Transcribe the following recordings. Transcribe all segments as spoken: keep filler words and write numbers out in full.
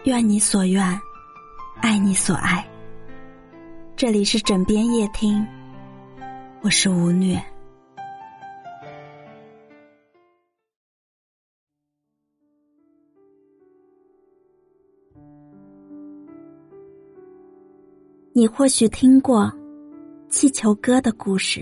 愿你所愿，爱你所爱。这里是枕边夜听，我是吴虐。你或许听过气球哥的故事。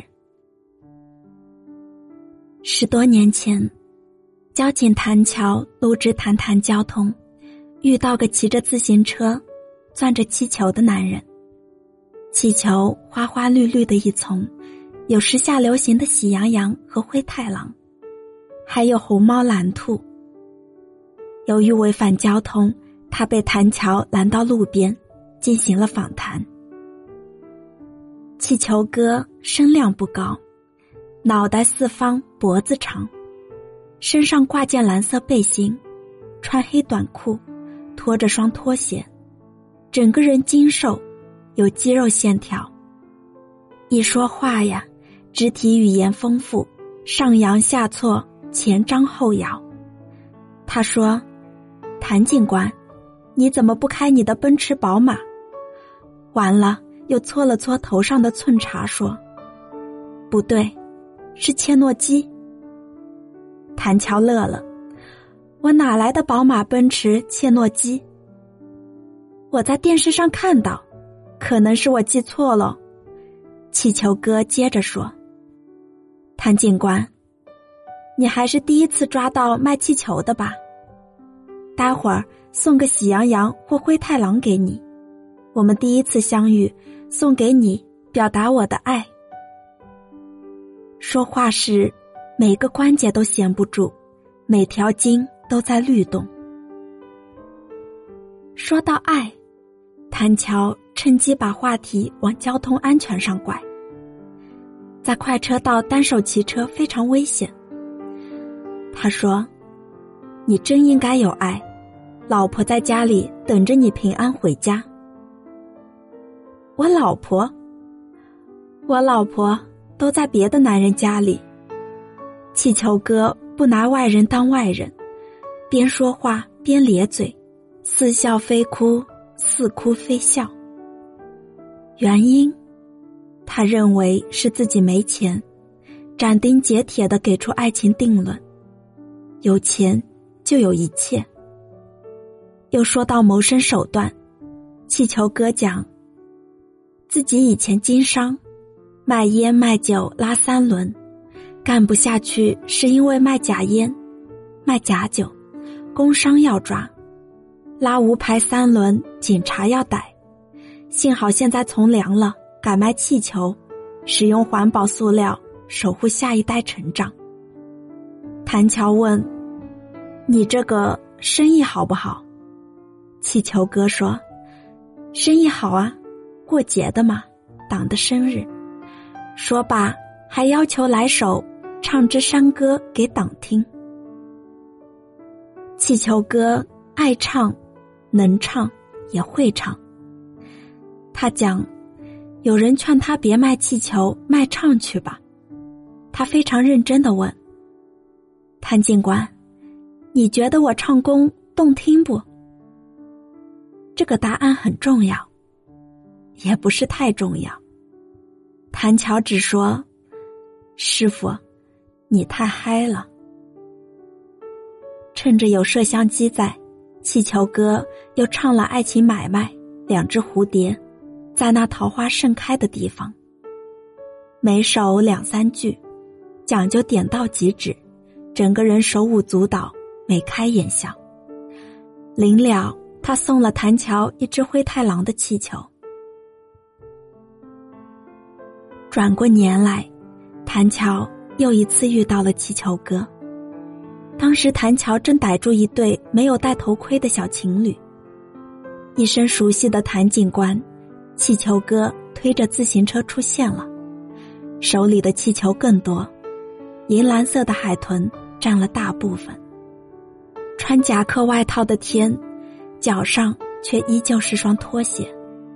十多年前，交警谭桥路至谈谈交通，遇到个骑着自行车攥着气球的男人。气球花花绿绿的一丛，有时下流行的喜羊羊和灰太狼，还有红猫蓝兔。由于违反交通，他被谭桥拦到路边进行了访谈。气球哥身量不高，脑袋四方，脖子长，身上挂件蓝色背心，穿黑短裤，拖着双拖鞋，整个人精瘦，有肌肉线条。一说话呀，肢体语言丰富，上扬下挫，前张后摇。他说：谭警官，你怎么不开你的奔驰宝马？完了，又搓了搓头上的寸茶说：不对，是切诺基。谭桥乐了：我哪来的宝马奔驰切诺基？我在电视上看到，可能是我记错了。气球哥接着说：谭警官，你还是第一次抓到卖气球的吧？待会儿送个喜羊羊或灰太狼给你，我们第一次相遇，送给你，表达我的爱。说话时，每个关节都闲不住，每条筋都在律动。说到爱，谭桥趁机把话题往交通安全上拐。在快车道单手骑车非常危险。他说：你真应该有爱，老婆在家里等着你平安回家。我老婆？我老婆都在别的男人家里。气球哥不拿外人当外人，边说话边咧嘴，似笑非哭，似哭非笑。原因，他认为是自己没钱，斩钉截铁地给出爱情定论：有钱就有一切。又说到谋生手段，气球哥讲自己以前经商，卖烟卖酒拉三轮，干不下去是因为卖假烟卖假酒，工商要抓，拉无牌三轮警察要逮。幸好现在从良了，改卖气球，使用环保塑料，守护下一代成长。谭桥问：你这个生意好不好？气球哥说：生意好啊，过节的嘛，党的生日。说罢还要求来首唱支山歌给党听。气球哥爱唱，能唱，也会唱。他讲，有人劝他别卖气球，卖唱去吧。他非常认真地问：谭警官，你觉得我唱功动听不？这个答案很重要，也不是太重要。谭桥只说：师傅，你太嗨了。趁着有摄像机在，气球哥又唱了《爱情买卖》《两只蝴蝶》，在那桃花盛开的地方。每首两三句，讲究点到即止，整个人手舞足蹈，眉开眼笑。临了，他送了谭桥一只灰太狼的气球。转过年来，谭桥又一次遇到了气球哥。当时谭桥正逮住一对没有戴头盔的小情侣。一身熟悉的谭警官，气球哥推着自行车出现了，手里的气球更多，银蓝色的海豚占了大部分。穿夹克外套的天，脚上却依旧是双拖鞋。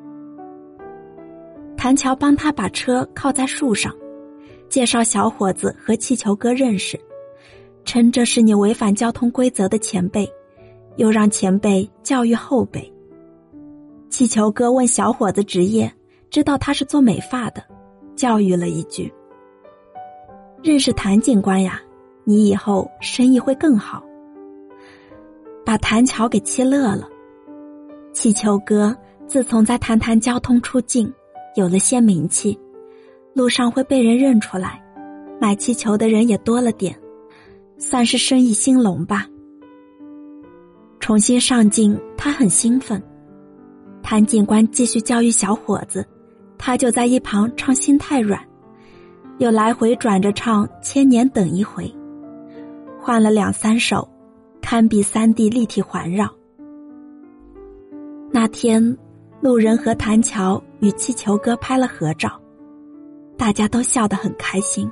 谭桥帮他把车靠在树上，介绍小伙子和气球哥认识，称这是你违反交通规则的前辈， 又让前辈教育后辈。气球哥问小伙子职业，知道他是做美发的，教育了一句：认识谭警官呀，你以后生意会更好。把谭乔给气乐了。气球哥自从在谈谈交通出境，有了些名气，路上会被人认出来，买气球的人也多了点，算是生意兴隆吧。重新上境，他很兴奋。谭警官继续教育小伙子，他就在一旁唱心太软，又来回转着唱千年等一回，换了两三首，堪比三 D 立体环绕。那天路人和谭乔与气球哥拍了合照，大家都笑得很开心。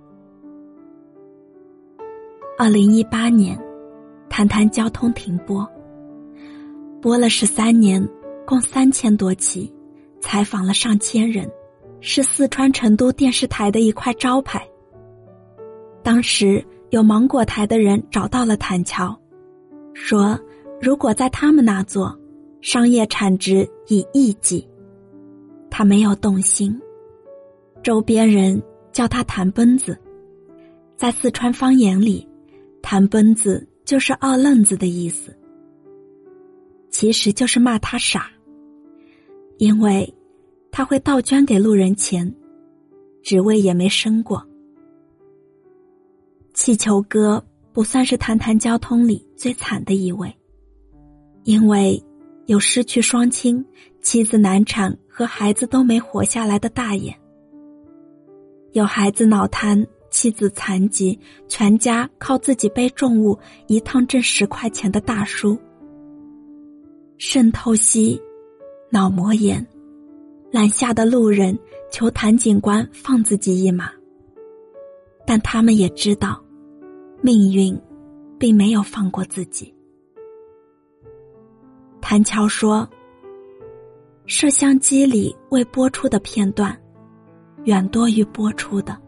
二零一八年，谈谈交通停播，播了十三年，共三千多期，采访了上千人，是四川成都电视台的一块招牌。当时有芒果台的人找到了谭乔，说如果在他们那做，商业产值以亿计。他没有动心，周边人叫他谭奔子，在四川方言里，谭奔子就是二愣子的意思，其实就是骂他傻，因为他会倒捐给路人钱，职位也没升过。气球哥不算是谈谈交通里最惨的一位，因为有失去双亲、妻子难产和孩子都没活下来的大爷，有孩子脑瘫、妻子残疾，全家靠自己背重物一趟挣十块钱的大叔，肾透析、脑膜炎，拦下的路人求谭警官放自己一马，但他们也知道，命运并没有放过自己。谭乔说，摄像机里未播出的片段远多于播出的。